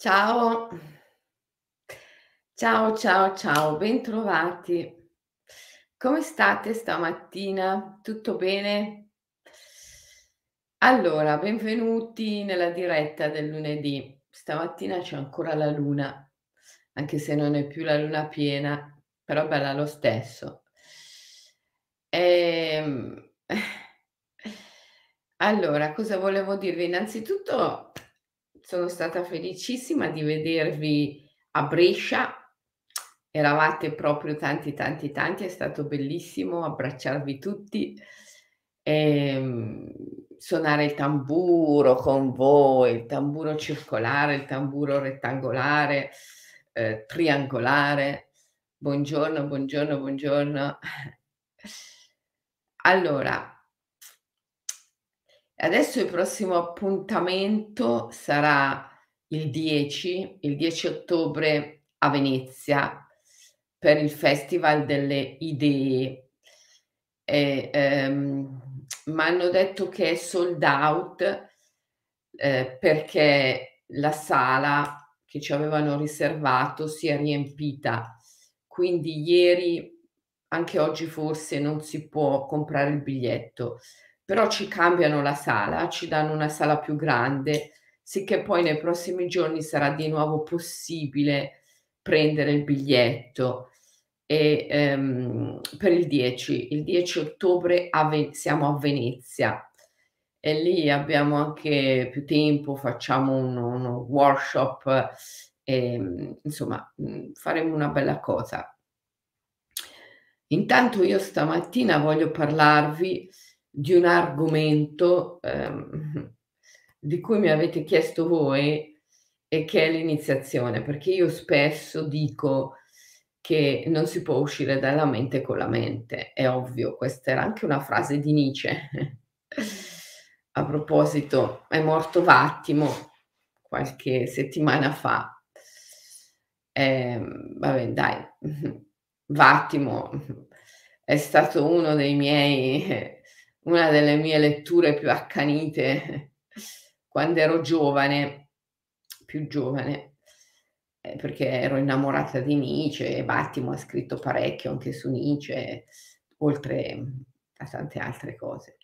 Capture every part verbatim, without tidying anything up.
Ciao. Ciao, ciao, ciao, bentrovati. Come state stamattina? Tutto bene? Allora, benvenuti nella diretta del lunedì. Stamattina c'è ancora la luna, anche se non è più la luna piena, però bella lo stesso. Ehm, allora, cosa volevo dirvi? Innanzitutto sono stata felicissima di vedervi a Brescia. Eravate proprio tanti, tanti, tanti, è stato bellissimo abbracciarvi tutti, ehm, suonare il tamburo con voi, il tamburo circolare, il tamburo rettangolare, ehm, triangolare. Buongiorno, buongiorno, buongiorno. Allora, adesso il prossimo appuntamento sarà il dieci, il dieci ottobre a Venezia per il Festival delle Idee. E, ehm, m'hanno detto che è sold out, ehm, perché la sala che ci avevano riservato si è riempita. Quindi ieri, anche oggi forse, non si può comprare il biglietto, però ci cambiano la sala, ci danno una sala più grande, sicché poi nei prossimi giorni sarà di nuovo possibile prendere il biglietto. E, ehm, per il dieci, il dieci ottobre a Ve siamo a Venezia e lì abbiamo anche più tempo, facciamo uno uno workshop, ehm, insomma, mhmm, faremo una bella cosa. Intanto io stamattina voglio parlarvi di un argomento, ehm, di cui mi avete chiesto voi e che è l'iniziazione, perché io spesso dico che non si può uscire dalla mente con la mente, è ovvio, questa era anche una frase di Nietzsche. A proposito, è morto Vattimo qualche settimana fa. Ehm, vabbè dai, Vattimo è stato uno dei miei una delle mie letture più accanite quando ero giovane, più giovane, ehm, perché ero innamorata di Nietzsche e Vattimo ha scritto parecchio anche su Nietzsche, oltre, mhmm, a tante altre cose.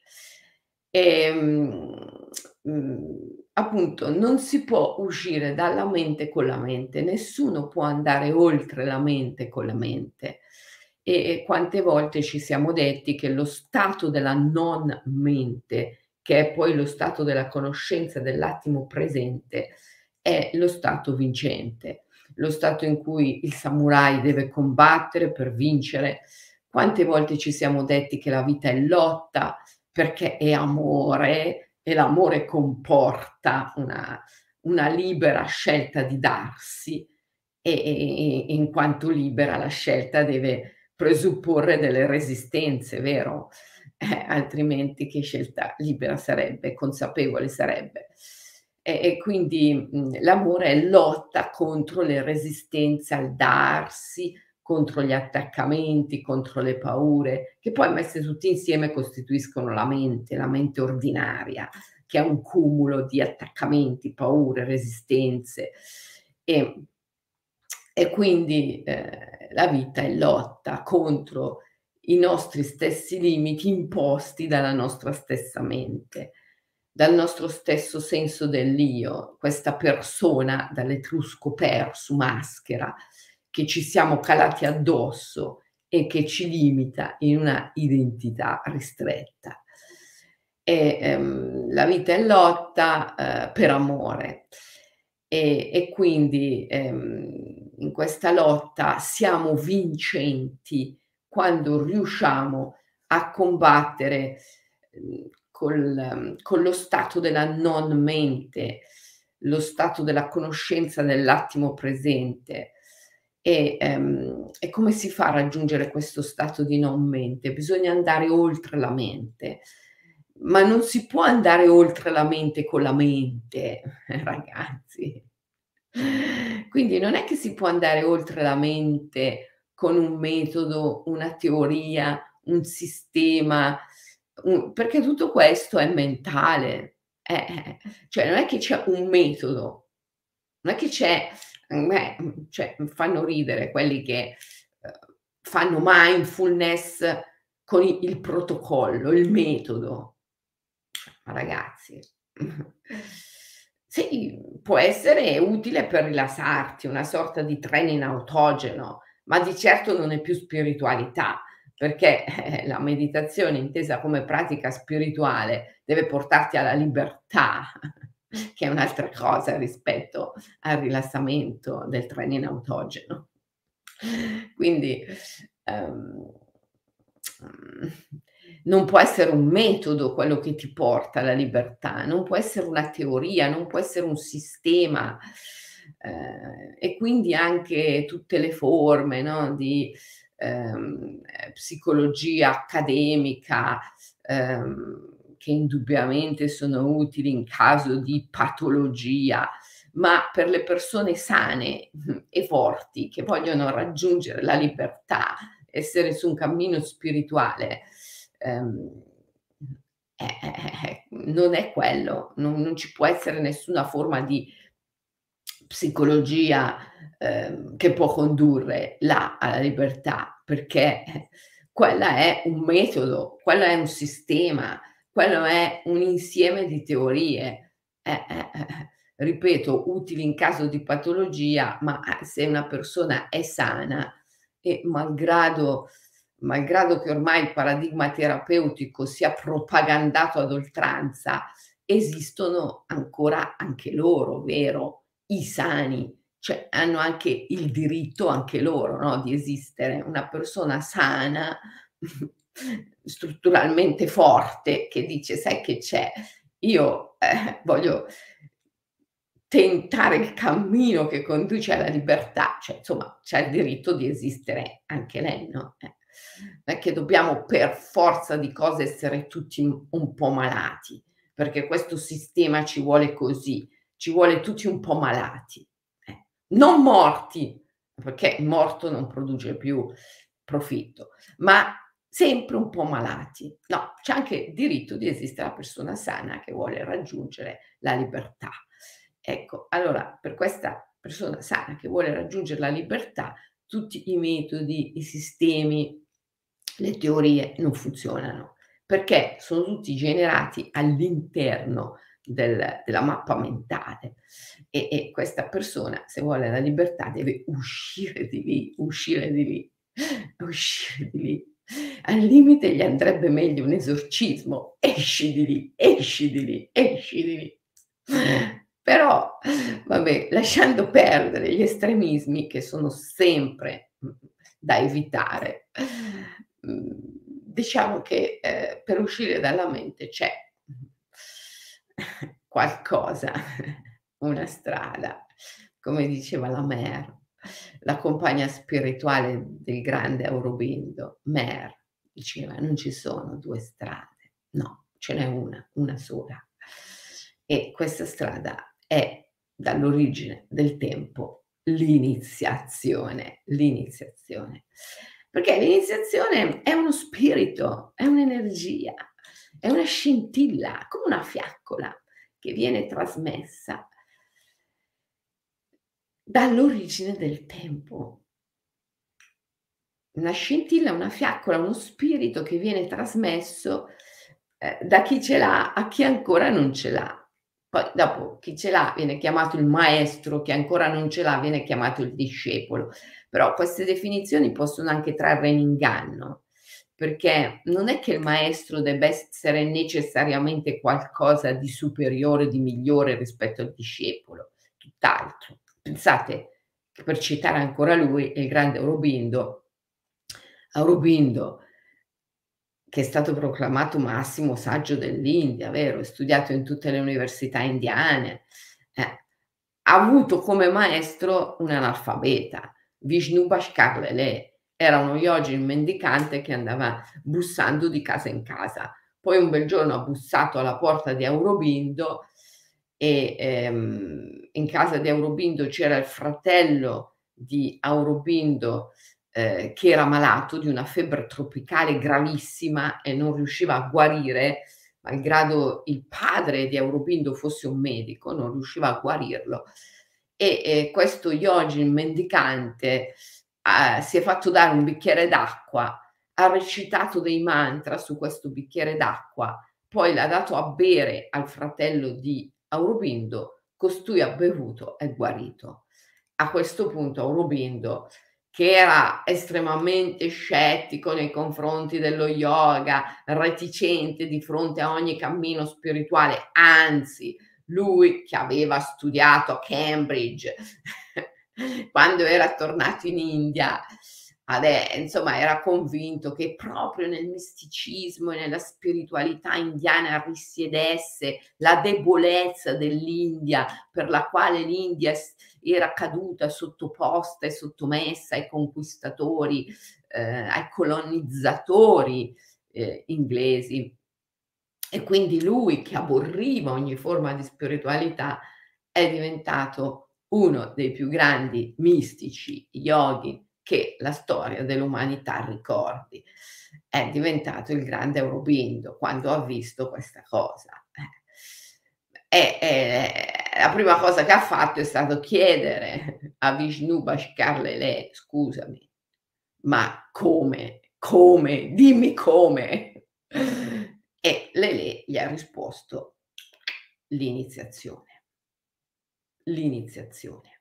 Ehm, mhmm, appunto non si può uscire dalla mente con la mente, nessuno può andare oltre la mente con la mente. E e quante volte ci siamo detti che lo stato della non mente, che è poi lo stato della conoscenza dell'attimo presente, è lo stato vincente, lo stato in cui il samurai deve combattere per vincere. Quante volte ci siamo detti che la vita è lotta, perché è amore e l'amore comporta una una libera scelta di darsi e e e e in quanto libera la scelta deve presupporre delle resistenze, vero? Eh, altrimenti che scelta libera sarebbe, consapevole sarebbe? E e quindi, mhmm, l'amore è lotta contro le resistenze al darsi, contro gli attaccamenti, contro le paure, che poi messe tutte insieme costituiscono la mente, la mente ordinaria, che è un cumulo di attaccamenti, paure, resistenze. E e quindi, ehm, la vita è lotta contro i nostri stessi limiti imposti dalla nostra stessa mente, dal nostro stesso senso dell'io, questa persona dall'etrusco persu, maschera, che ci siamo calati addosso e che ci limita in una identità ristretta. E, ehm, la vita è lotta, ehm, per amore e e quindi, ehm, in questa lotta siamo vincenti quando riusciamo a combattere, mhmm, col con lo stato della non mente, lo stato della conoscenza dell'attimo presente. E, ehm, e come si fa a raggiungere questo stato di non mente? Bisogna andare oltre la mente, ma non si può andare oltre la mente con la mente, ragazzi. Quindi non è che si può andare oltre la mente con un metodo, una teoria, un sistema, un perché tutto questo è mentale. Eh, eh, eh. Cioè non è che c'è un metodo. Non è che c'è a me, mhmm, cioè, mi fanno ridere quelli che, uhm, fanno mindfulness con i il protocollo, il metodo. Ma ragazzi, sì, può essere utile per rilassarti, una sorta di training autogeno, ma di certo non è più spiritualità, perché, eh, la meditazione intesa come pratica spirituale deve portarti alla libertà, che è un'altra cosa rispetto al rilassamento del training autogeno. Quindi, ehm, mhmm, non può essere un metodo quello che ti porta alla libertà, non può essere una teoria, non può essere un sistema, ehm, e quindi anche tutte le forme, no, di, ehm, ehm, psicologia accademica, ehm, che indubbiamente sono utili in caso di patologia, ma per le persone sane, mh, e forti che vogliono raggiungere la libertà, essere su un cammino spirituale, ehm, eh, eh, eh, eh, non è quello, non non ci può essere nessuna forma di psicologia, ehm, che può condurre là alla libertà, perché, eh, quella è un metodo, quello è un sistema, quello è un insieme di teorie. Eh, eh, eh, eh. Ripeto, utili in caso di patologia, ma, ah, se una persona è sana e malgrado malgrado che ormai il paradigma terapeutico sia propagandato ad oltranza, esistono ancora anche loro, vero? I sani, cioè hanno anche il diritto anche loro, no, di esistere. Una persona sana, strutturalmente forte, che dice: "Sai che c'è? Io, eh, voglio tentare il cammino che conduce alla libertà", cioè insomma c'ha il diritto di esistere anche lei, no, eh. Non è che dobbiamo per forza di cose essere tutti un un po' malati, perché questo sistema ci vuole così, ci vuole tutti un po' malati, eh. Non morti, perché morto non produce più profitto, ma sempre un po' malati. No, c'è anche il diritto di esistere la persona sana che vuole raggiungere la libertà. Ecco, allora per questa persona sana che vuole raggiungere la libertà, tutti i metodi, i sistemi, le teorie non funzionano, perché sono tutti generati all'interno del della mappa mentale e e questa persona, se vuole la libertà, deve uscire di lì, uscire di lì, uscire di lì. Al limite gli andrebbe meglio un esorcismo: esci di lì, esci di lì, esci di lì. Però vabbè, lasciando perdere gli estremismi che sono sempre, mh, da evitare, mhmm, diciamo che, ehm, per uscire dalla mente c'è qualcosa, una strada, come diceva la Mer, la compagna spirituale del grande Aurobindo, Mer, diceva: "Non ci sono due strade, no, ce n'è una, una sola". E questa strada è, dall'origine del tempo, l'iniziazione, l'iniziazione. Perché l'iniziazione è uno spirito, è un'energia, è una scintilla, come una fiaccola che viene trasmessa dall'origine del tempo. Una scintilla, una fiaccola, uno spirito che viene trasmesso, ehm, da chi ce l'ha a chi ancora non ce l'ha. Poi dopo chi ce l'ha viene chiamato il maestro, chi ancora non ce l'ha viene chiamato il discepolo. Però queste definizioni possono anche trarre in inganno, perché non è che il maestro debba essere necessariamente qualcosa di superiore, di migliore rispetto al discepolo, tutt'altro. Pensate che, per citare ancora lui, il grande Aurobindo, Aurobindo, che è stato proclamato massimo saggio dell'India, vero, è studiato in tutte le università indiane, eh, ha avuto come maestro un analfabeta, Vishnu Lele, era uno yogin mendicante che andava bussando di casa in casa. Poi un bel giorno ha bussato alla porta di Aurobindo e, ehm, in casa di Aurobindo c'era il fratello di Aurobindo, ehm, che era malato di una febbre tropicale gravissima e non riusciva a guarire, malgrado il padre di Aurobindo fosse un medico, non riusciva a guarirlo. e, e questo yogin mendicante uh, si è fatto dare un bicchiere d'acqua, ha recitato dei mantra su questo bicchiere d'acqua, poi l'ha dato a bere al fratello di Aurobindo, costui ha bevuto, è guarito. A questo punto Aurobindo, che era estremamente scettico nei confronti dello yoga, reticente di fronte a ogni cammino spirituale, anzi lui che aveva studiato a Cambridge quando era tornato in India, ade insomma era convinto che proprio nel misticismo e nella spiritualità indiana risiedesse la debolezza dell'India, per la quale l'India s era caduta, sottoposta e sottomessa ai conquistatori, ehm, ai colonizzatori, ehm, inglesi. E quindi lui, che aborriva ogni forma di spiritualità, è diventato uno dei più grandi mistici, yogi, che la storia dell'umanità ricordi. È diventato il grande Aurobindo quando ha visto questa cosa. Eh. E, ehm, la prima cosa che ha fatto è stato chiedere a Vishnu Bhaskar Lele: "Scusami, ma come? Come? Dimmi come?" E Lele gli ha risposto: "L'iniziazione, l'iniziazione."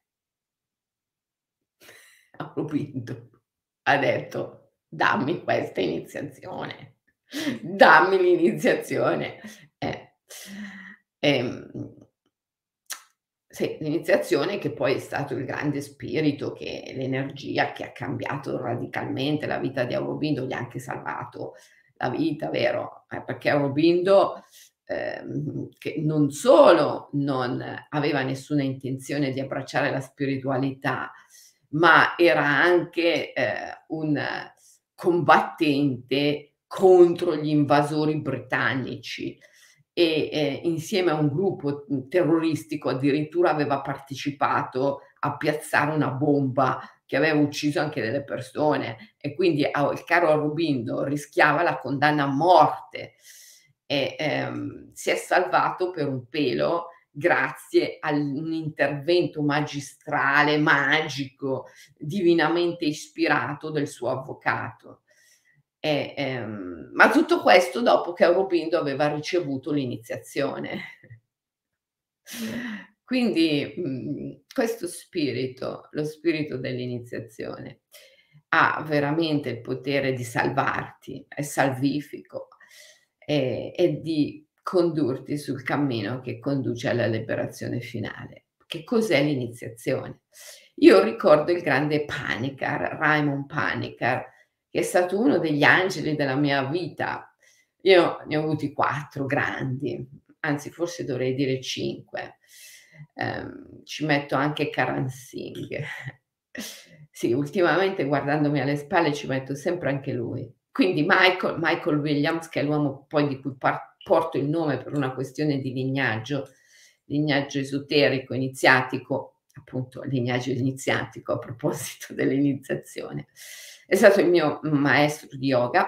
Aurobindo ha detto: "Dammi questa iniziazione, dammi l'iniziazione." Eh. Ehm, sì, l'iniziazione che poi è stato il grande spirito, che l'energia che ha cambiato radicalmente la vita di Aurobindo, gli ha anche salvato la vita, vero? Eh, perché Aurobindo, ehm, che non solo non aveva nessuna intenzione di abbracciare la spiritualità, ma era anche, ehm, un combattente contro gli invasori britannici e, ehm, insieme a un gruppo, mhmm, terroristico addirittura aveva partecipato a piazzare una bomba che aveva ucciso anche delle persone e quindi a il caro Aurobindo rischiava la condanna a morte e, ehm, si è salvato per un pelo grazie a un intervento magistrale, magico, divinamente ispirato del suo avvocato. E, ehm, ma tutto questo dopo che Aurobindo aveva ricevuto l'iniziazione. Quindi, mhmm, questo spirito, lo spirito dell'iniziazione, ha veramente il potere di salvarti, è salvifico, e e di condurti sul cammino che conduce alla liberazione finale. Che cos'è l'iniziazione? Io ricordo il grande Panikkar, Raimund Panikkar, che è stato uno degli angeli della mia vita. Io ne ho avuti quattro grandi, anzi forse dovrei dire cinque. Ehm, ci metto anche Karan Singh. Sì, ultimamente guardandomi alle spalle ci metto sempre anche lui. Quindi Michael Michael Williams, che è l'uomo poi di cui par porto il nome per una questione di lignaggio, lignaggio esoterico, iniziatico, appunto lignaggio iniziatico a proposito dell'iniziazione. È stato il mio maestro di yoga.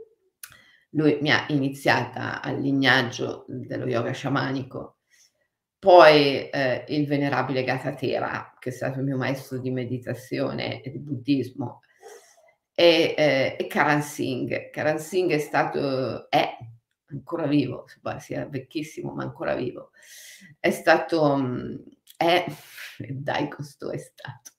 Lui mi ha iniziata al lignaggio dello yoga sciamanico, poi, ehm, il venerabile Gatatera, che è stato il mio maestro di meditazione e di buddismo, e, ehm, e Karan Singh. Karan Singh è stato è ancora vivo, pare sia vecchissimo, ma ancora vivo. È stato, mhmm, è dai questo è stato.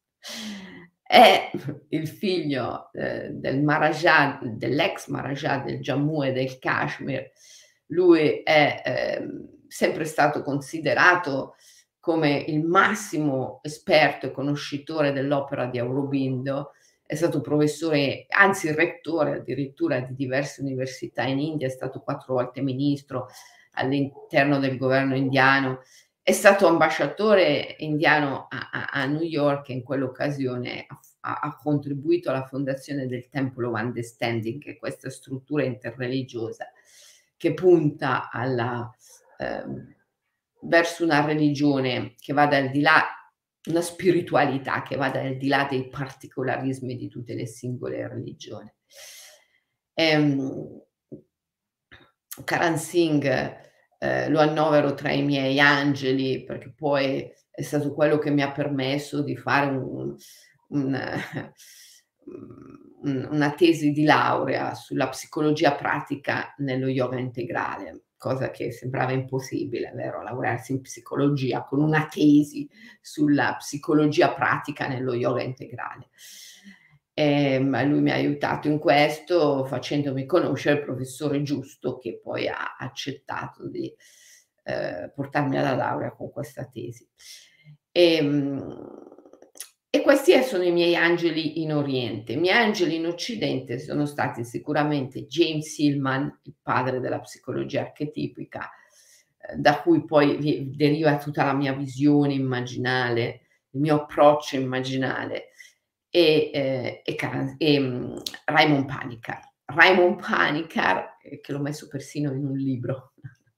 È il figlio, ehm, del Maharaja dell'ex Maharaja del Jammu e del Kashmir. Lui è, ehm, sempre stato considerato come il massimo esperto e conoscitore dell'opera di Aurobindo. È stato professore, anzi rettore addirittura di diverse università in India, è stato quattro volte ministro all'interno del governo indiano, è stato ambasciatore indiano a a a New York e in quell'occasione ha f ha ha contribuito alla fondazione del Temple of Understanding, che è questa struttura interreligiosa che punta alla ehm, verso una religione che vada al di là, una spiritualità che vada al di là dei particolarismi di tutte le singole religioni. Ehm, Karan Singh, ehm, lo annovero tra i miei angeli, perché poi è stato quello che mi ha permesso di fare un un mhmm, un una tesi di laurea sulla psicologia pratica nello yoga integrale, cosa che sembrava impossibile, vero, laurearsi in psicologia con una tesi sulla psicologia pratica nello yoga integrale. Ehm, lui mi ha aiutato in questo facendomi conoscere il professore giusto che poi ha accettato di, ehm, portarmi alla laurea con questa tesi. Ehm, e questi e sono i miei angeli in Oriente. I miei angeli in Occidente sono stati sicuramente James Hillman, il padre della psicologia archetipica, ehm, da cui poi vi deriva tutta la mia visione immaginale, il mio approccio immaginale, e ehm, e Ca ehm, Raymond Panikkar. Raymond Panikkar, ehm, che l'ho messo persino in un libro.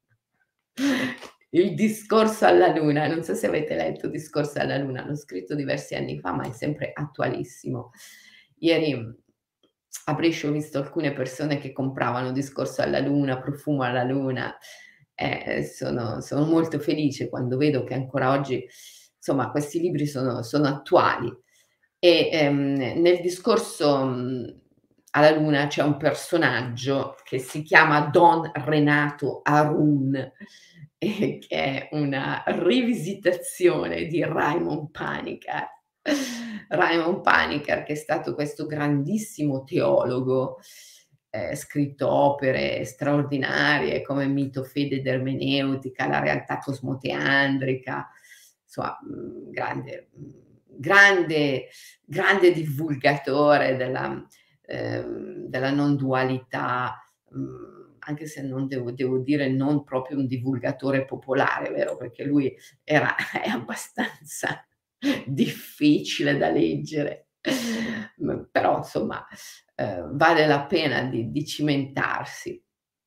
Il discorso alla luna, non so se avete letto Discorso alla luna, l'ho scritto diversi anni fa, ma è sempre attualissimo. Ieri, mhmm, a Brescia ho visto alcune persone che compravano Discorso alla luna, Profumo alla luna, e sono sono molto felice quando vedo che ancora oggi, insomma, questi libri sono sono attuali. E, ehm, nel Discorso, mhmm, alla luna c'è un personaggio che si chiama Don Renato Harun, e che è una rivisitazione di Raymond Panikkar. Raymond Panikkar, che è stato questo grandissimo teologo, ehm, scritto opere straordinarie come Mito, fede ed ermeneutica, La realtà cosmoteandrica, insomma, mhmm, grande mhmm, grande grande divulgatore della ehm, della non dualità, mhmm, anche se non devo devo dire non proprio un divulgatore popolare, vero, perché lui era è abbastanza difficile da leggere. Mhmm, però insomma, ehm, vale la pena di di cimentarsi.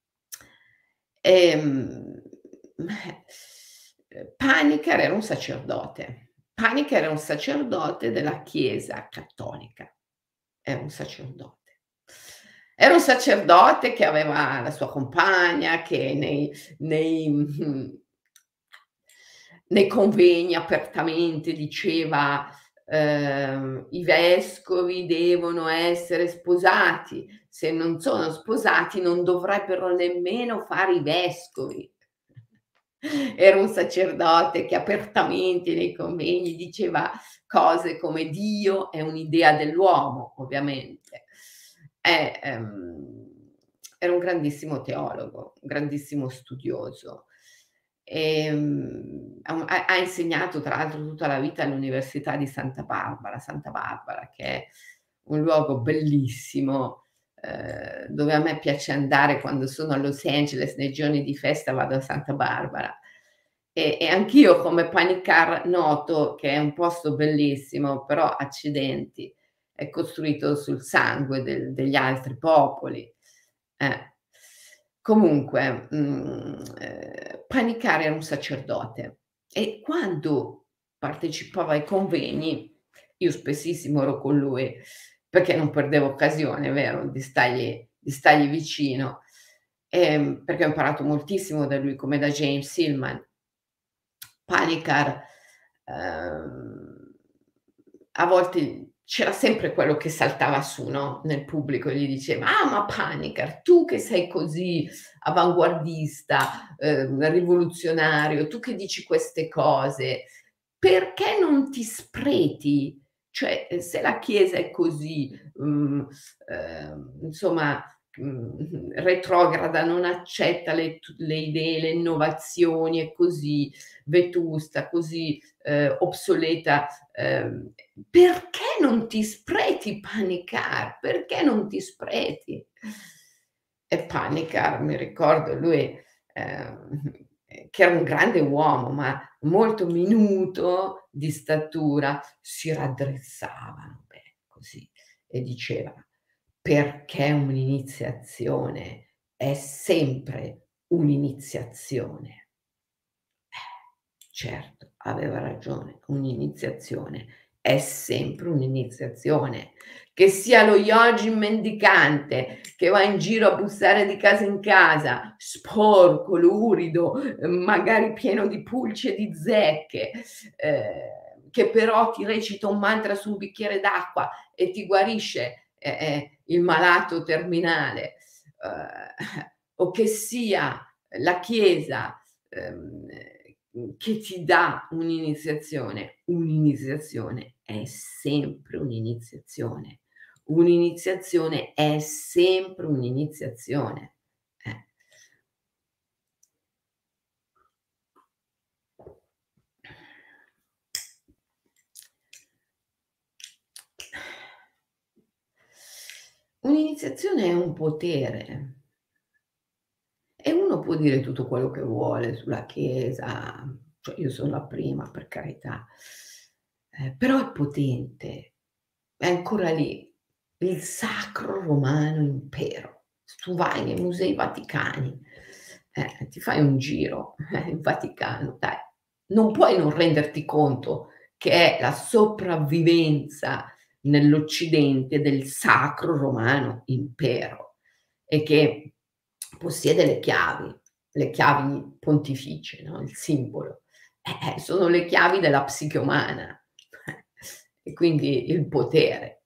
Ehm, ehm, Panikkar era un sacerdote. Panikkar era un sacerdote della Chiesa cattolica. Era un sacerdote. Era un sacerdote che aveva la sua compagna, che nei nei mhmm, nei convegni apertamente diceva, ehm: "I vescovi devono essere sposati, se non sono sposati non dovrebbero nemmeno fare i vescovi." Era un sacerdote che apertamente nei convegni diceva cose come: "Dio è un'idea dell'uomo", ovviamente. E, ehm, era un grandissimo teologo, un grandissimo studioso. Ehm, ha ha ha insegnato tra l'altro tutta la vita all'Università di Santa Barbara, Santa Barbara, che è un luogo bellissimo, ehm, dove a me piace andare quando sono a Los Angeles, nei giorni di festa vado a Santa Barbara. E e anch'io come Panikkar noto che è un posto bellissimo, però accidenti, è costruito sul sangue del degli altri popoli. Eh. Comunque, mhmm, ehm, Panikkar era un sacerdote e quando partecipava ai convegni, io spessissimo ero con lui, perché non perdevo occasione, vero, di stargli di stargli vicino, ehm, perché ho imparato moltissimo da lui, come da James Hillman. Panikkar, ehm, a volte c'era sempre quello che saltava su, no, nel pubblico e gli diceva: "Ah, ma Panikkar, tu che sei così avanguardista, ehm, rivoluzionario, tu che dici queste cose, perché non ti spreti? Cioè, ehm, se la Chiesa è così, mhmm, ehm, insomma, mhmm, retrograda, non accetta le t le idee, le innovazioni, è così vetusta, così, ehm, obsoleta, ehm, perché non ti spreti Panikkar? Perché non ti spreti?" E Panikkar, mi ricordo lui, ehm, che era un grande uomo, ma molto minuto di statura, si raddrizzava, no, beh, così, e diceva: "Perché un'iniziazione è sempre un'iniziazione." Eh, certo, aveva ragione, un'iniziazione è sempre un'iniziazione. Che sia lo yogin mendicante, che va in giro a bussare di casa in casa, sporco, lurido, ehm, magari pieno di pulci e di zecche, ehm, che però ti recita un mantra su un bicchiere d'acqua e ti guarisce, eh, eh, il malato terminale, uhm, o che sia la chiesa, ehm, mhmm, che ti dà un'iniziazione. Un'iniziazione è sempre un'iniziazione. Un'iniziazione è sempre un'iniziazione. Eh. Un'iniziazione è un potere. E uno può dire tutto quello che vuole sulla Chiesa, cioè io son la prima, per carità, ehm, però è potente, è ancora lì, il Sacro Romano Impero. Se tu vai nei musei vaticani, eh, ti fai un giro eh, in Vaticano, dai, non puoi non renderti conto che è la sopravvivenza nell'Occidente del Sacro Romano Impero e che possiede le chiavi, le chiavi pontificie, no, il simbolo. Eh, eh, sono le chiavi della psiche umana e quindi il potere.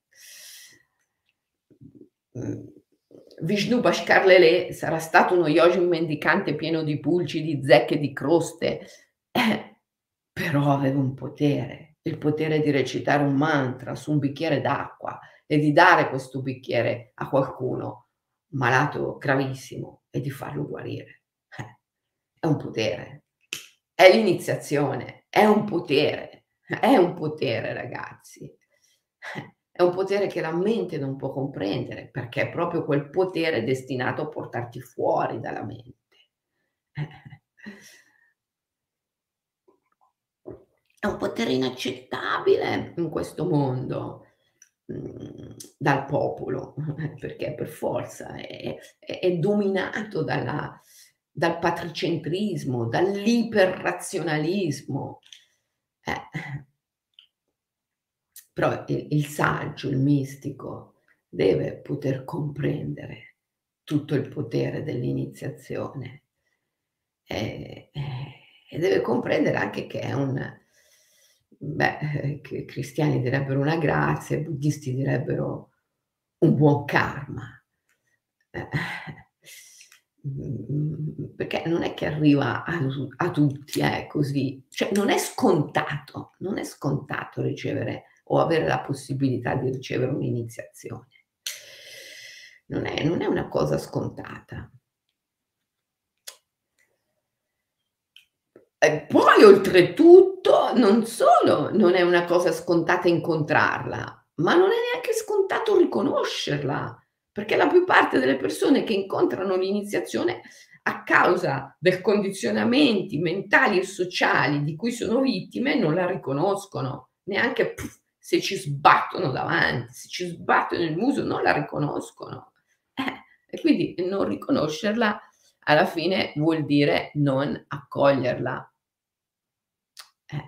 Mhmm, Vishnu Bhaskar Lele sarà stato uno yogin mendicante pieno di pulci, di zecche, di croste, eh, però aveva un potere, il potere di recitare un mantra su un bicchiere d'acqua e di dare questo bicchiere a qualcuno malato gravissimo e di farlo guarire. Eh, è un potere, è l'iniziazione, è un potere, è un potere ragazzi. Eh, è un potere che la mente non può comprendere, perché è proprio quel potere destinato a portarti fuori dalla mente. Eh. È un potere inaccettabile in questo mondo, mhmm, dal popolo, perché per forza è è è dominato dalla dal patricentrismo, dall'iperrazionalismo. Eh. Però il il saggio, il mistico deve poter comprendere tutto il potere dell'iniziazione, e e e deve comprendere anche che è un beh, ehm, che i cristiani direbbero una grazia, i buddisti direbbero un buon karma. Eh, mhmm, perché non è che arriva a tu a tutti, eh, così. Cioè non è scontato, non è scontato ricevere o avere la possibilità di ricevere un'iniziazione. Non è non è una cosa scontata. E poi oltretutto non solo non è una cosa scontata incontrarla, ma non è neanche scontato riconoscerla, perché la più parte delle persone che incontrano l'iniziazione a causa del condizionamenti mentali e sociali di cui sono vittime, non la riconoscono, neanche pff, se ci sbattono davanti, se ci sbattono nel muso non la riconoscono. Eh, e quindi non riconoscerla alla fine vuol dire non accoglierla. Eh.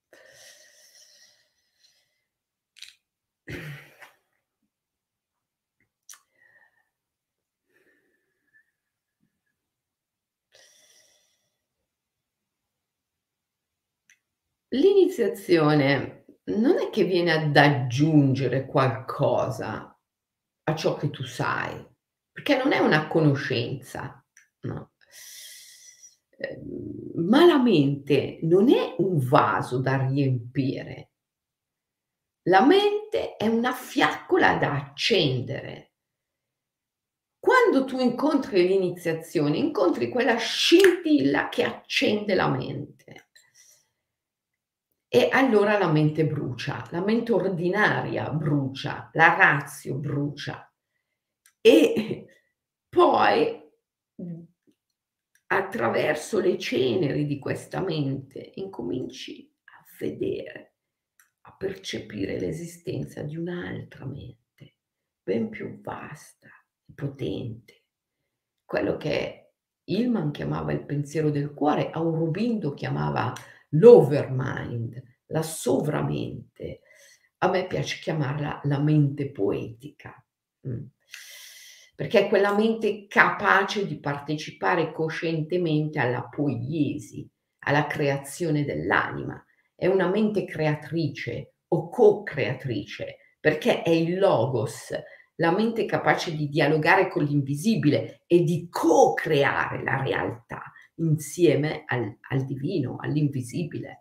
L'iniziazione non è che viene ad aggiungere qualcosa a ciò che tu sai, perché non è una conoscenza, no. Ehm, ma la mente non è un vaso da riempire, la mente è una fiaccola da accendere. Quando tu incontri l'iniziazione, incontri quella scintilla che accende la mente e allora la mente brucia, la mente ordinaria brucia, la ratio brucia e poi, mhmm, attraverso le ceneri di questa mente incominci a vedere, a percepire l'esistenza di un'altra mente, ben più vasta e potente. Quello che Hillman chiamava il pensiero del cuore, Aurobindo chiamava l'overmind, la sovramente. a me piace chiamarla la mente poetica, mh, perché è quella mente capace di partecipare coscientemente alla poiesi, alla creazione dell'anima. È una mente creatrice o co-creatrice, perché è il logos, la mente capace di dialogare con l'invisibile e di co-creare la realtà insieme al al divino, all'invisibile.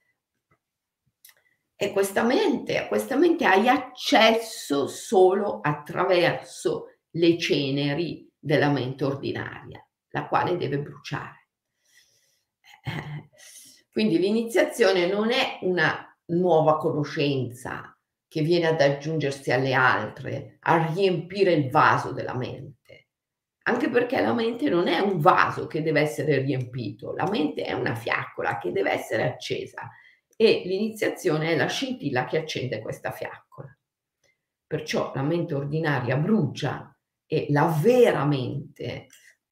E questa mente a questa mente hai accesso solo attraverso le ceneri della mente ordinaria, la quale deve bruciare. Eh, quindi l'iniziazione non è una nuova conoscenza che viene ad aggiungersi alle altre, a riempire il vaso della mente, anche perché la mente non è un vaso che deve essere riempito, la mente è una fiaccola che deve essere accesa e l'iniziazione è la scintilla che accende questa fiaccola. Perciò la mente ordinaria brucia e la vera mente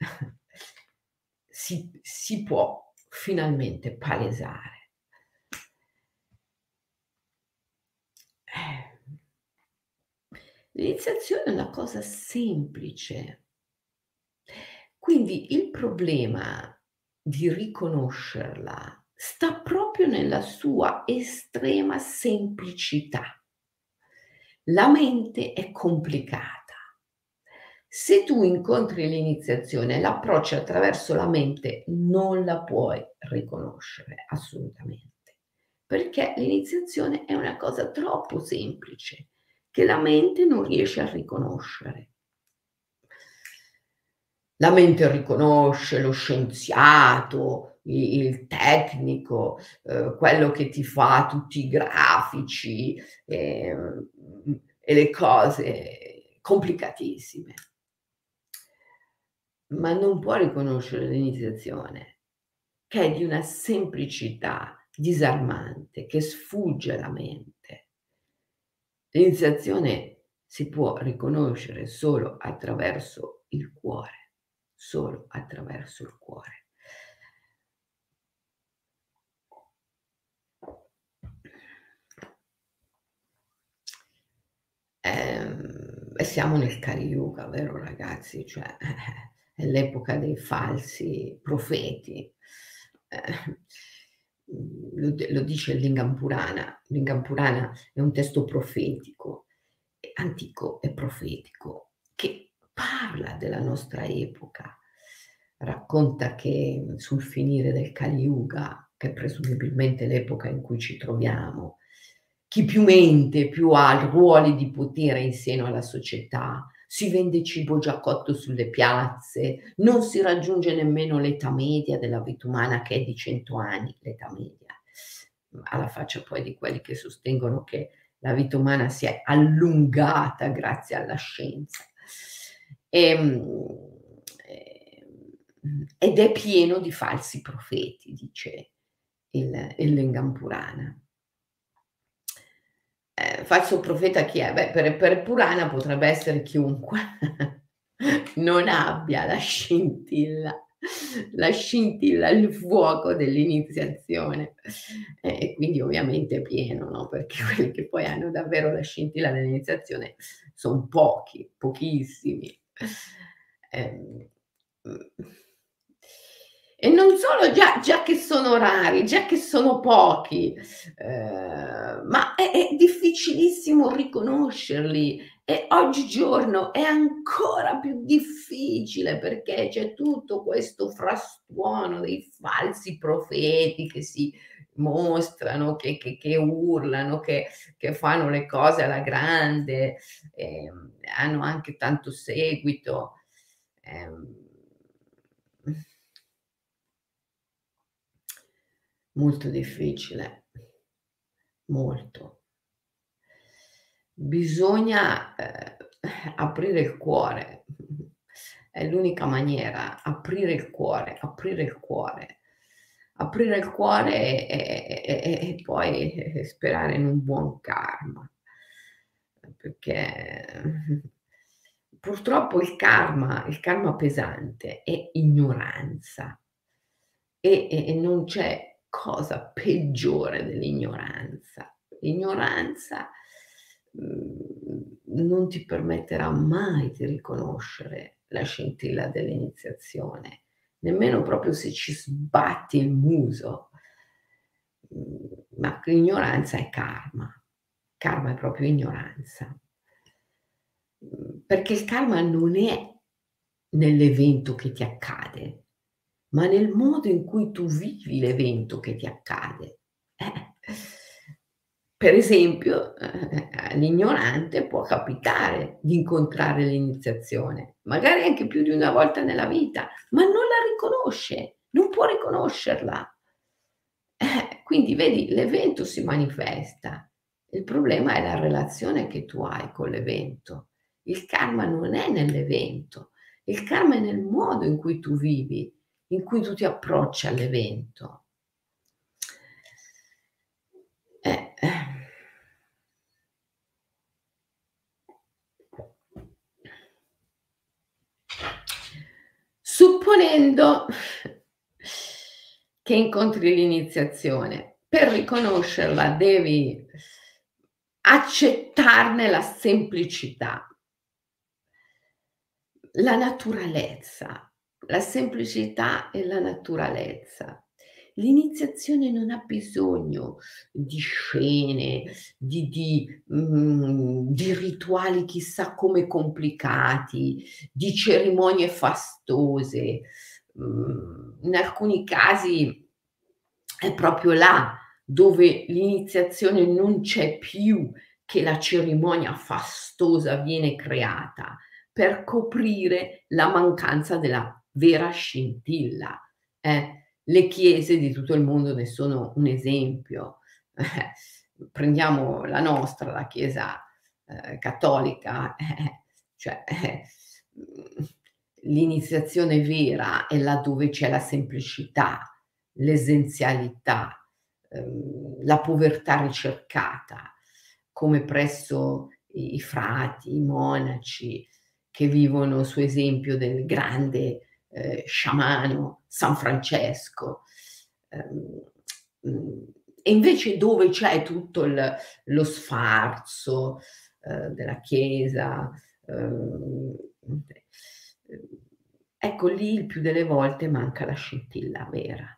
si si può finalmente palesare. Eh. L'iniziazione è una cosa semplice. Quindi il problema di riconoscerla sta proprio nella sua estrema semplicità. La mente è complicata. Se tu incontri l'iniziazione e l'approcci attraverso la mente, non la puoi riconoscere assolutamente, perché l'iniziazione è una cosa troppo semplice che la mente non riesce a riconoscere. La mente riconosce lo scienziato, i il tecnico, uhm, quello che ti fa tutti i grafici, ehm, mhmm, e le cose complicatissime. Ma non può riconoscere l'iniziazione, che è di una semplicità disarmante, che sfugge alla mente. L'iniziazione si può riconoscere solo attraverso il cuore, solo attraverso il cuore. Ehm, e siamo nel Kali Yuga, vero ragazzi? Cioè, è l'epoca dei falsi profeti. Eh, mhmm, lo d lo dice il Lingam Purana. Il Lingam Purana è un testo profetico, e antico e profetico, che parla della nostra epoca. Racconta che sul finire del Kali Yuga, che è presumibilmente l'epoca in cui ci troviamo, chi più mente, più ha ruoli di potere in seno alla società, si vende cibo già cotto sulle piazze, non si raggiunge nemmeno l'età media della vita umana che è di cento anni, l'età media. Alla faccia poi di quelli che sostengono che la vita umana si è allungata grazie alla scienza. Ehm, ehm, ed è pieno di falsi profeti, dice il il Lingam Purana. Eh, falso profeta chi è? Beh, per per Purana potrebbe essere chiunque non abbia la scintilla la scintilla, il fuoco dell'iniziazione. E e quindi ovviamente è pieno, no, perché quelli che poi hanno davvero la scintilla dell'iniziazione son pochi, pochissimi. Ehm, mh. E non solo già già che sono rari, già che sono pochi, ehm, ma è è difficilissimo riconoscerli e oggigiorno è ancora più difficile perché c'è tutto questo frastuono dei falsi profeti che si mostrano, che che che urlano, che che fanno le cose alla grande, ehm, hanno anche tanto seguito. Ehm Molto difficile, molto. Bisogna, ehm, aprire il cuore. È l'unica maniera, aprire il cuore, aprire il cuore. Aprire il cuore e e e e e poi, eh, sperare in un buon karma. Perché purtroppo il karma il karma pesante è ignoranza e e e non c'è cosa peggiore dell'ignoranza. L'ignoranza mhmm, non ti permetterà mai di riconoscere la scintilla dell'iniziazione, nemmeno proprio se ci sbatti il muso. Mhmm, ma l'ignoranza è karma. Karma è proprio ignoranza. Mhmm, perché il karma non è nell'evento che ti accade, ma nel modo in cui tu vivi l'evento che ti accade. Eh. Per esempio, ehm, all'ignorante può capitare di incontrare l'iniziazione, magari anche più di una volta nella vita, ma non la riconosce, non può riconoscerla. Eh, quindi vedi, l'evento si manifesta, il problema è la relazione che tu hai con l'evento. Il karma non è nell'evento, il karma è nel modo in cui tu vivi, in cui tu ti approcci all'evento. Eh, eh. Supponendo che incontri l'iniziazione, per riconoscerla devi accettarne la semplicità. La naturalezza, la semplicità e la naturalezza. L'iniziazione non ha bisogno di scene, di di mhmm, di rituali chissà come complicati, di cerimonie fastose. Mhmm, in alcuni casi è proprio là dove l'iniziazione non c'è più, che la cerimonia fastosa viene creata per coprire la mancanza della vera scintilla. Eh, le chiese di tutto il mondo ne sono un esempio. Eh, prendiamo la nostra, la chiesa, ehm, cattolica, eh, cioè, eh, mhmm, l'iniziazione vera è laddove c'è la semplicità, l'essenzialità, ehm, la povertà ricercata, come presso i i frati, i monaci che vivono su esempio del grande, ehm, sciamano San Francesco. Ehm, mhmm, e invece dove c'è tutto il lo sfarzo, ehm, della chiesa, ehm, ehm, ecco lì il più delle volte manca la scintilla vera.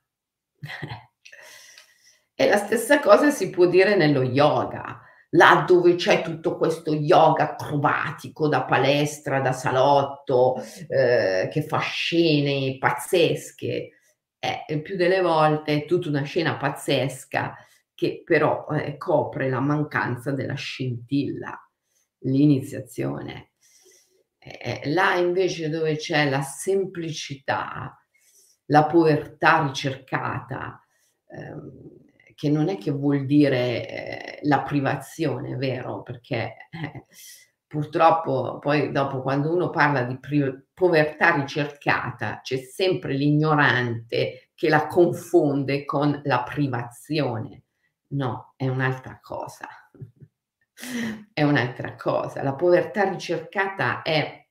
E la stessa cosa si può dire nello yoga, là dove c'è tutto questo yoga acrobatico da palestra, da salotto, ehm, che fa scene pazzesche. Eh, il più delle volte è tutta una scena pazzesca che però, ehm, copre la mancanza della scintilla, l'iniziazione. Eh, eh, là invece dove c'è la semplicità, la povertà ricercata, ehm, che non è che vuol dire, ehm, la privazione, vero, perché, eh, purtroppo poi dopo quando uno parla di pri povertà ricercata, c'è sempre l'ignorante che la confonde con la privazione. No, è un'altra cosa. È un'altra cosa. La povertà ricercata è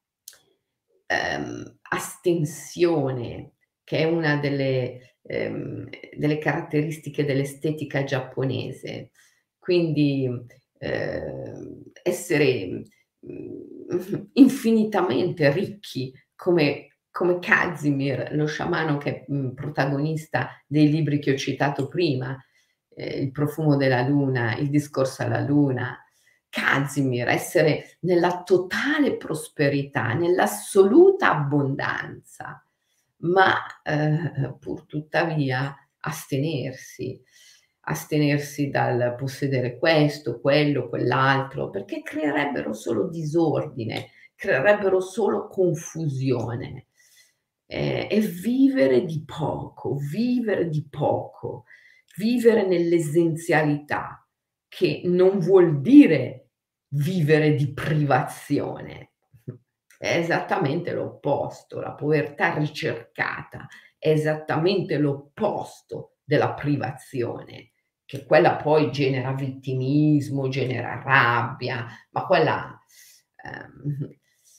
ehm, astensione, che è una delle ehm, delle caratteristiche dell'estetica giapponese. Quindi, ehm, essere, mhmm, infinitamente ricchi come come Kazimir, lo sciamano che è, mhmm, protagonista dei libri che ho citato prima, ehm, Il profumo della luna, Il discorso alla luna. Kazimir, essere nella totale prosperità, nell'assoluta abbondanza, ma, ehm, pur tuttavia astenersi, astenersi dal possedere questo, quello, quell'altro, perché creerebbero solo disordine, creerebbero solo confusione. Ehm, e vivere di poco, vivere di poco, vivere nell'essenzialità, che non vuol dire vivere di privazione. È esattamente l'opposto. La povertà ricercata è esattamente l'opposto della privazione, che quella poi genera vittimismo, genera rabbia, ma quella, ehm,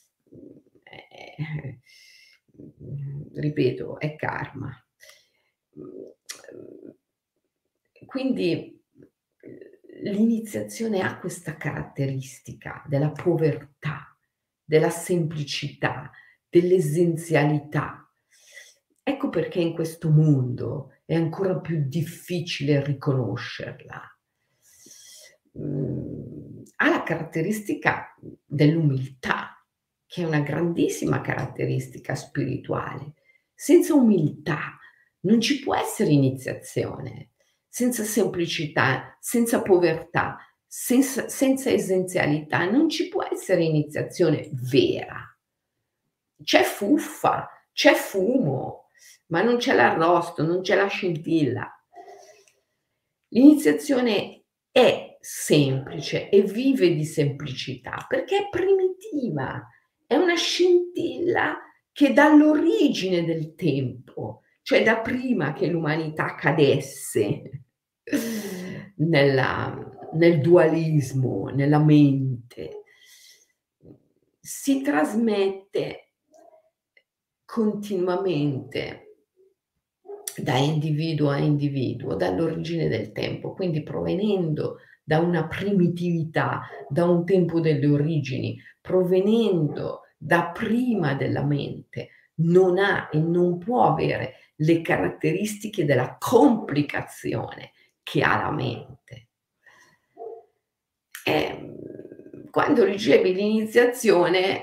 eh, mhmm, ripeto, è karma. Mhmm, quindi l'iniziazione ha questa caratteristica della povertà, della semplicità, dell'essenzialità. Ecco perché in questo mondo è ancora più difficile riconoscerla. Mhmm, ha la caratteristica dell'umiltà, che è una grandissima caratteristica spirituale. Senza umiltà non ci può essere iniziazione, senza semplicità, senza povertà, senza senza essenzialità non ci può essere iniziazione vera. C'è fuffa, c'è fumo, ma non c'è l'arrosto, non c'è la scintilla. L'iniziazione è semplice e vive di semplicità perché è primitiva, è una scintilla che dall'origine del tempo, cioè da prima che l'umanità cadesse nella nel dualismo, nella mente, si trasmette continuamente da individuo a individuo, dall'origine del tempo, quindi provenendo da una primitività, da un tempo delle origini, provenendo da prima della mente, non ha e non può avere le caratteristiche della complicazione che ha la mente. Ehm, quando ricevi l'iniziazione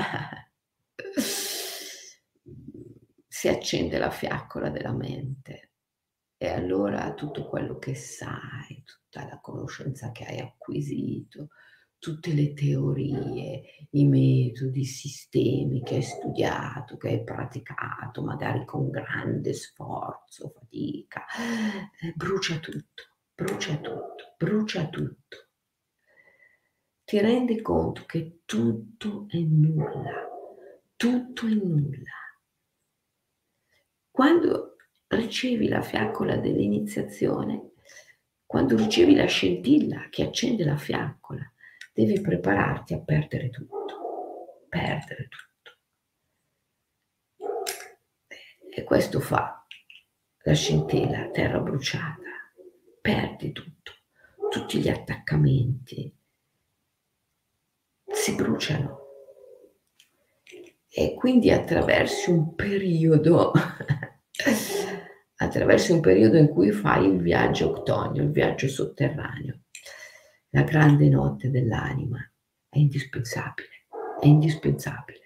si accende la fiaccola della mente e allora tutto quello che sai, tutta la conoscenza che hai acquisito, tutte le teorie, i metodi, i sistemi che hai studiato, che hai praticato, magari con grande sforzo, fatica, eh, brucia tutto, brucia tutto, brucia tutto. Ti rendi conto che tutto è nulla, tutto è nulla. Quando ricevi la fiaccola dell'iniziazione, quando ricevi la scintilla che accende la fiaccola, devi prepararti a perdere tutto, perdere tutto. E questo fa la scintilla a terra bruciata, perdi tutto, tutti gli attaccamenti si bruciano. E quindi attraversi un periodo attraversi un periodo in cui fai il viaggio octonio, il viaggio sotterraneo, la grande notte dell'anima. È indispensabile, è indispensabile.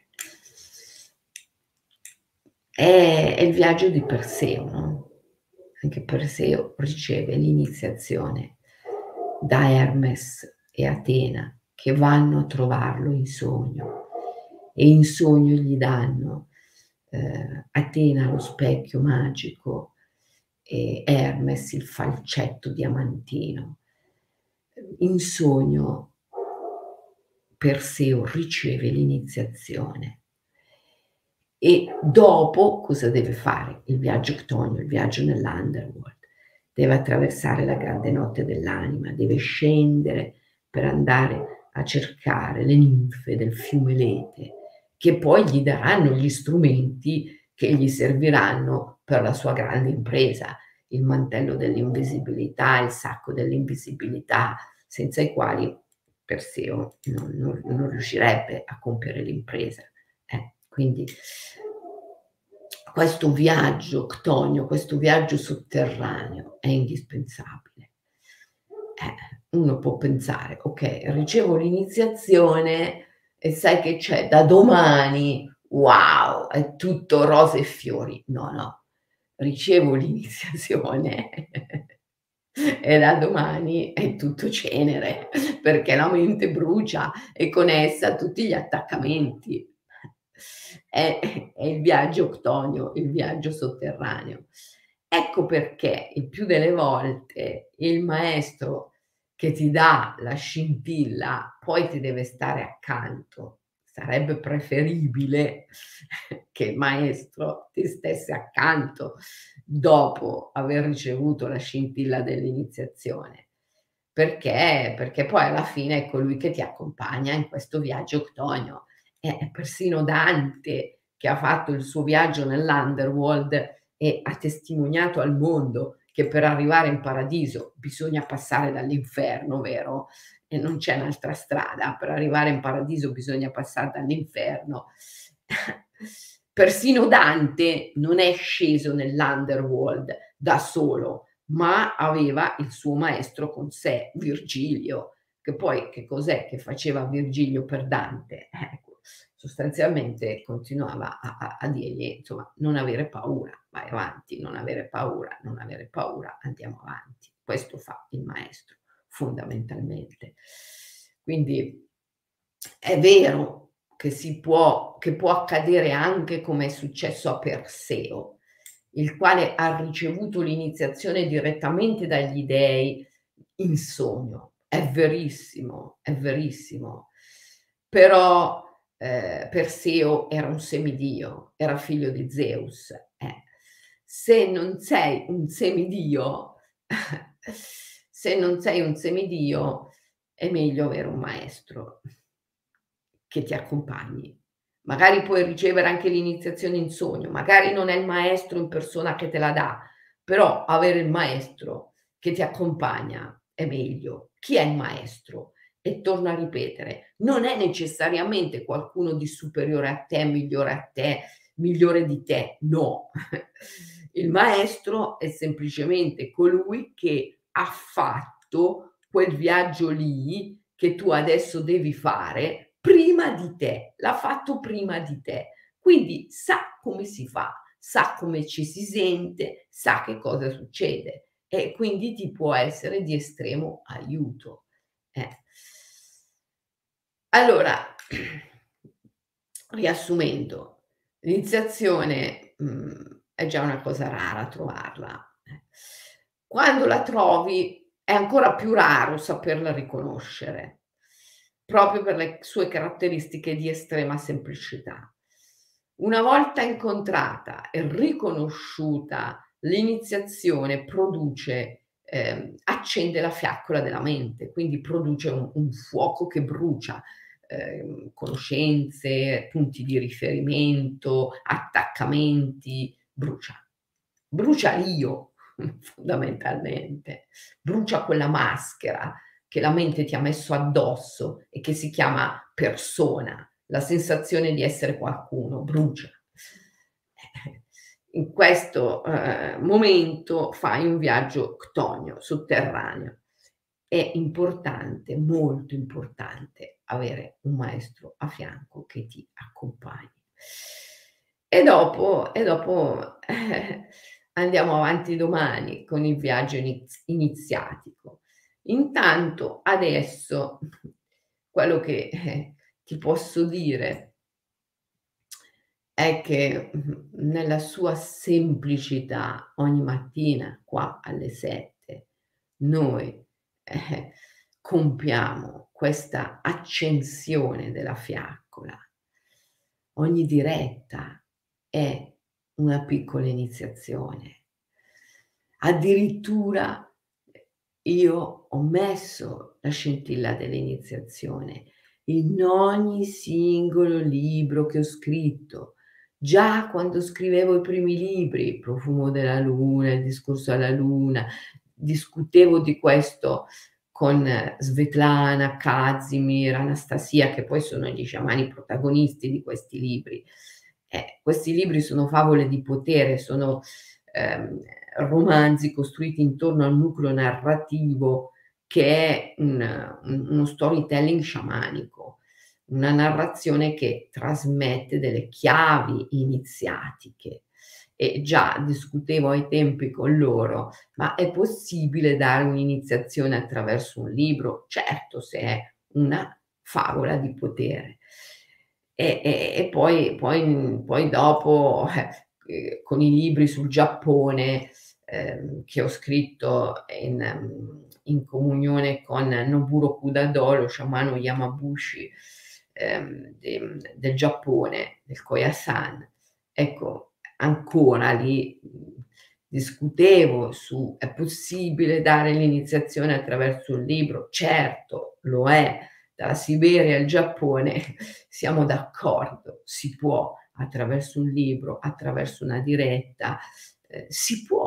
È è il viaggio di Perseo, no, anche Perseo riceve l'iniziazione da Hermes e Atena che vanno a trovarlo in sogno e in sogno gli danno, ehm, Atena lo specchio magico e Hermes il falcetto diamantino. In sogno Perseo riceve l'iniziazione e dopo cosa deve fare? Il viaggio octonio, il viaggio nell'underworld. Deve attraversare la grande notte dell'anima, deve scendere per andare a cercare le ninfe del fiume Lete, che poi gli daranno gli strumenti che gli serviranno per la sua grande impresa, il mantello dell'invisibilità, il sacco dell'invisibilità, senza i quali Perseo non non non riuscirebbe a compiere l'impresa. Eh, quindi questo viaggio octonio, questo viaggio sotterraneo è indispensabile. Eh, uno può pensare: "Okay, ricevo l'iniziazione e sai che c'è? Da domani, wow, è tutto rose e fiori." No, no, ricevo l'iniziazione e da domani è tutto cenere, perché la mente brucia e con essa tutti gli attaccamenti. È è il viaggio octonio, il viaggio sotterraneo. Ecco perché il più delle volte il maestro che ti dà la scintilla poi ti deve stare accanto. Sarebbe preferibile che il maestro ti stesse accanto dopo aver ricevuto la scintilla dell'iniziazione. Perché? Perché poi alla fine è colui che ti accompagna in questo viaggio octonio. Eh, persino Dante, che ha fatto il suo viaggio nell'underworld e ha testimoniato al mondo che per arrivare in paradiso bisogna passare dall'inferno, vero? E non c'è un'altra strada, per arrivare in paradiso bisogna passare dall'inferno. Persino Dante non è sceso nell'underworld da solo, ma aveva il suo maestro con sé, Virgilio, che poi che cos'è che faceva Virgilio per Dante? Ecco, sostanzialmente continuava a a a dirgli, insomma: "Non avere paura, vai avanti, non avere paura, non avere paura, andiamo avanti." Questo fa il maestro, fondamentalmente. Quindi è vero che si può che può accadere anche come è successo a Perseo, il quale ha ricevuto l'iniziazione direttamente dagli dei in sogno. È verissimo, è verissimo. Però, ehm, Perseo era un semidio, era figlio di Zeus, eh. Se non sei un semidio se non sei un semidio, è meglio avere un maestro che ti accompagni. Magari puoi ricevere anche l'iniziazione in sogno, magari non è il maestro in persona che te la dà, però avere il maestro che ti accompagna è meglio. Chi è il maestro? E torno a ripetere, non è necessariamente qualcuno di superiore a te, migliore a te, migliore di te, no. Il maestro è semplicemente colui che ha fatto quel viaggio lì che tu adesso devi fare prima di te, l'ha fatto prima di te. Quindi sa come si fa, sa come ci si sente, sa che cosa succede e quindi ti può essere di estremo aiuto. Eh. Allora, riassumendo, l'iniziazione, mhmm, è già una cosa rara trovarla, eh. Quando la trovi è ancora più raro saperla riconoscere, proprio per le sue caratteristiche di estrema semplicità. Una volta incontrata e riconosciuta, l'iniziazione produce ehm, accende la fiaccola della mente, quindi produce un un fuoco che brucia, ehm, conoscenze, punti di riferimento, attaccamenti, brucia. Brucia l'io fondamentalmente, brucia quella maschera che la mente ti ha messo addosso e che si chiama persona, la sensazione di essere qualcuno, brucia. In questo, ehm, momento fai un viaggio ctonio, sotterraneo. È importante, molto importante avere un maestro a fianco che ti accompagni. E dopo e dopo, eh, andiamo avanti domani con il viaggio iniz iniziatico. Intanto adesso quello che, eh, ti posso dire è che, mhmm, nella sua semplicità ogni mattina qua alle sette noi, eh, compiamo questa accensione della fiaccola. Ogni diretta è una piccola iniziazione. Addirittura io ho messo la scintilla dell'iniziazione in ogni singolo libro che ho scritto. Già quando scrivevo i primi libri, Il profumo della luna, Il discorso alla luna, discutevo di questo con Svetlana, Kazimir, Anastasia, che poi sono gli sciamani protagonisti di questi libri. Eh, questi libri sono favole di potere, sono, ehm, romanzi costruiti intorno al nucleo narrativo che è un un uno storytelling sciamanico, una narrazione che trasmette delle chiavi iniziatiche. E già discutevo ai tempi con loro: "Ma è possibile dare un'iniziazione attraverso un libro?" Certo, se è una favola di potere. E e e poi poi mhmm, poi dopo, eh, con i libri sul Giappone, ehm, che ho scritto in mhmm, in comunione con Noburo Kudo, lo sciamano Yamabushi, ehm, de del Giappone, del Koyasan. Ecco, ancora lì, mhmm, discutevo su: è possibile dare l'iniziazione attraverso un libro? Certo, lo è. Dalla Siberia al Giappone siamo d'accordo, si può attraverso un libro, attraverso una diretta, ehm, si può.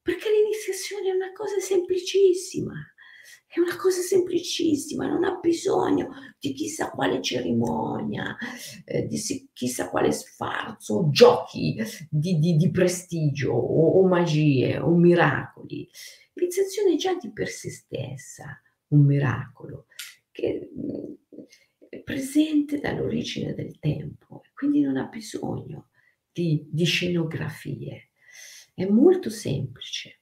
Perché l'iniziazione è una cosa semplicissima, è una cosa semplicissima, non ha bisogno di chissà quale cerimonia, ehm, di si chissà quale sfarzo, giochi di di di prestigio o o magie o miracoli. L'iniziazione è già di per sé stessa un miracolo che, mhmm, è presente dall'origine del tempo e quindi non ha bisogno di di scenografie. È molto semplice.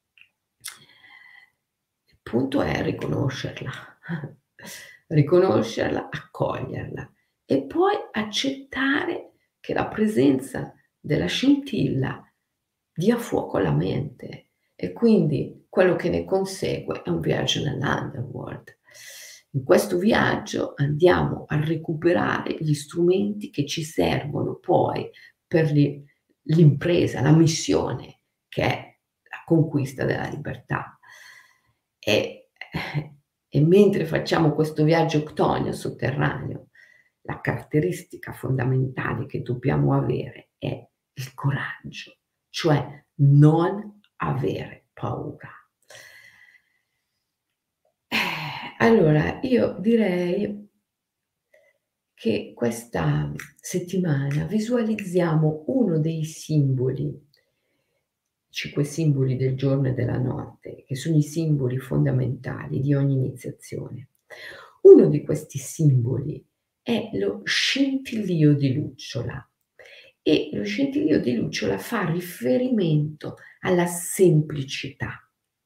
Il punto è riconoscerla, riconoscerla, accoglierla e poi accettare che la presenza della scintilla dia fuoco alla mente e quindi quello che ne consegue è un viaggio nell'underworld. In questo viaggio andiamo a recuperare gli strumenti che ci servono poi per li l'impresa, la missione che è la conquista della libertà. E e mentre facciamo questo viaggio ctonio sotterraneo, la caratteristica fondamentale che dobbiamo avere è il coraggio, cioè non avere paura. Eh, allora io direi che questa settimana visualizziamo uno dei simboli, cinque simboli del giorno e della notte, che sono i simboli fondamentali di ogni iniziazione. Uno di questi simboli è lo scintillio di lucciola e lo scintillio di lucciola fa riferimento alla semplicità.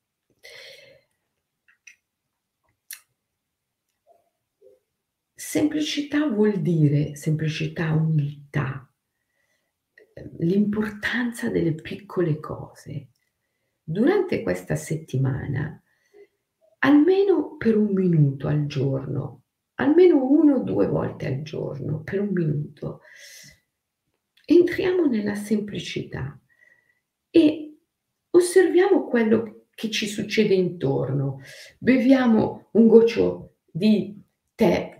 Semplicità vuol dire semplicità, umiltà, ehm, l'importanza delle piccole cose. Durante questa settimana, almeno per un minuto al giorno, almeno uno o due volte al giorno, per un minuto, entriamo nella semplicità e osserviamo quello che ci succede intorno. Beviamo un goccio di tè.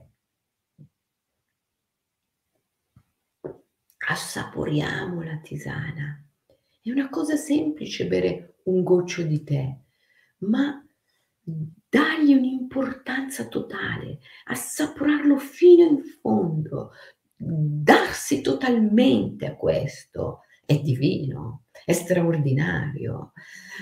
Assaporiamo la tisana. È una cosa semplice bere un goccio di tè, ma dargli un'importanza totale, assaporarlo fino in fondo, darsi totalmente a questo è divino, è straordinario.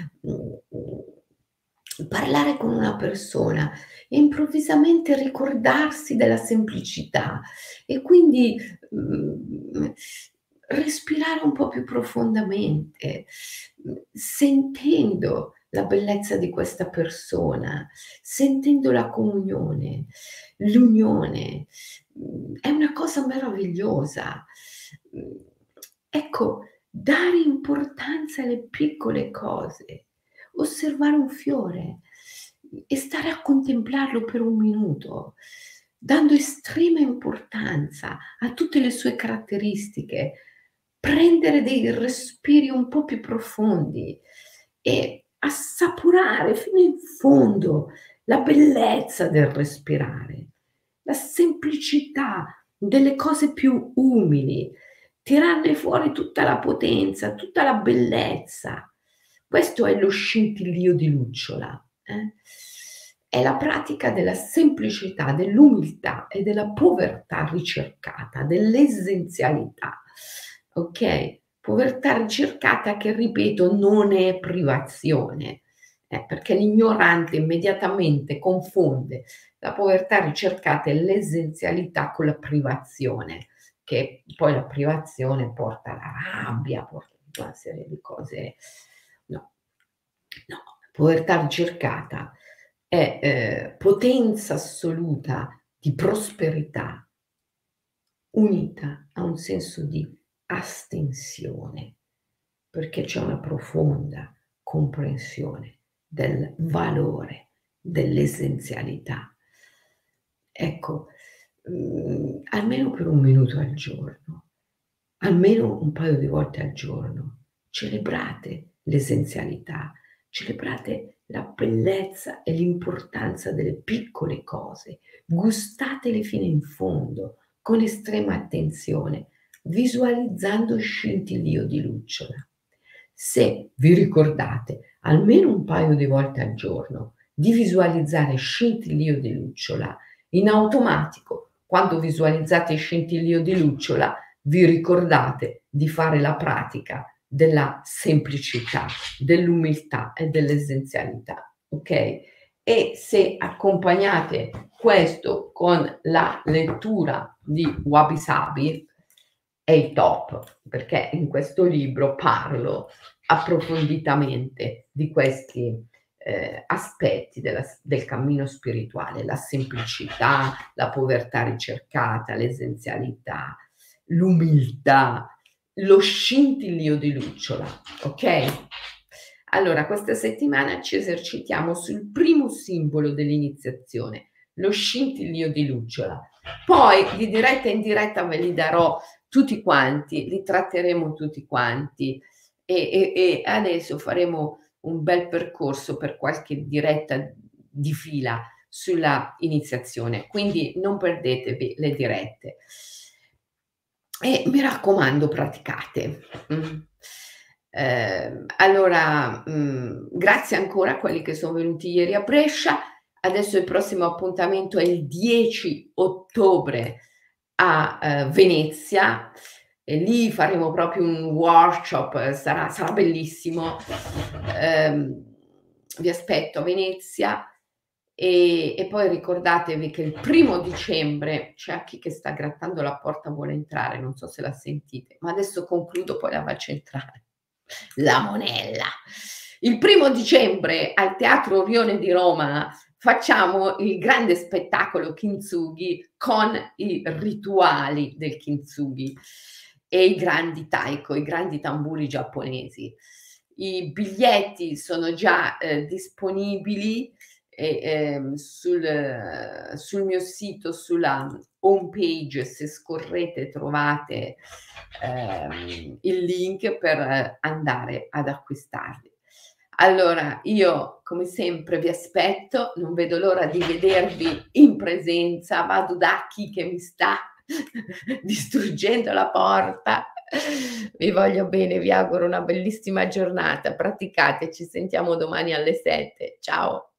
Mhmm, parlare con una persona e improvvisamente ricordarsi della semplicità e quindi, mhmm, respirare un po' più profondamente, mhmm, sentendo la bellezza di questa persona, sentendo la comunione, l'unione, mhmm, è una cosa meravigliosa. Mhmm, ecco, dare importanza alle piccole cose, osservare un fiore e stare a contemplarlo per un minuto, dando estrema importanza a tutte le sue caratteristiche, prendere dei respiri un po' più profondi e assaporare fino in fondo la bellezza del respirare, la semplicità delle cose più umili, tirarne fuori tutta la potenza, tutta la bellezza. Questo è lo scintillio di lucciola, eh. È la pratica della semplicità, dell'umiltà e della povertà ricercata, dell'essenzialità, okay? Povertà ricercata che, ripeto, non è privazione, eh, perché l'ignorante immediatamente confonde la povertà ricercata e l'essenzialità con la privazione, che poi la privazione porta alla rabbia, porta tutta una serie di cose. No, no, povertà ricercata è, ehm, potenza assoluta di prosperità unita a un senso di astensione, perché c'è una profonda comprensione del valore dell'essenzialità. Ecco, mhmm, almeno per un minuto al giorno, almeno un paio di volte al giorno, celebrate l'essenzialità, celebrate la bellezza e l'importanza delle piccole cose, gustatele fino in fondo, con estrema attenzione, visualizzando scintillio di lucciola. Se vi ricordate almeno un paio di volte al giorno di visualizzare scintillio di lucciola, in automatico quando visualizzate scintillio di lucciola vi ricordate di fare la pratica della semplicità, dell'umiltà e dell'essenzialità, okay? E se accompagnate questo con la lettura di Wabi Sabi è il top, perché in questo libro parlo approfonditamente di questi, ehm, aspetti della s del cammino spirituale, la semplicità, la povertà ricercata, l'essenzialità, l'umiltà, lo scintillio di lucciola, okay? Allora questa settimana ci esercitiamo sul primo simbolo dell'iniziazione, lo scintillio di lucciola. Poi di diretta in diretta ve li darò tutti quanti, li tratteremo tutti quanti e e e adesso faremo un bel percorso per qualche diretta di fila sulla iniziazione, quindi non perdetevi le dirette. E mi raccomando praticate. Mh. Ehm, allora, mhmm, grazie ancora a quelli che son venuti ieri a Brescia. Adesso il prossimo appuntamento è il dieci ottobre a, ehm, Venezia e lì faremo proprio un workshop, sarà sarà bellissimo. Ehm, vi aspetto a Venezia e e poi ricordatevi che il primo dicembre c'è chi che sta grattando la porta, vuole entrare, non so se la sentite, ma adesso concludo poi la faccio entrare. La monella. Il primo dicembre al Teatro Orione di Roma facciamo il grande spettacolo Kintsugi con i rituali del Kintsugi e i grandi taiko, i grandi tamburi giapponesi. I biglietti sono già, ehm, disponibili e, ehm, sul sul mio sito, sulla home page, se scorrete trovate, ehm, il link per andare ad acquistarli. Allora io come sempre vi aspetto, non vedo l'ora di vedervi in presenza, vado da chi che mi sta distruggendo la porta. Vi voglio bene, vi auguro una bellissima giornata, praticate, ci sentiamo domani alle sette. Ciao.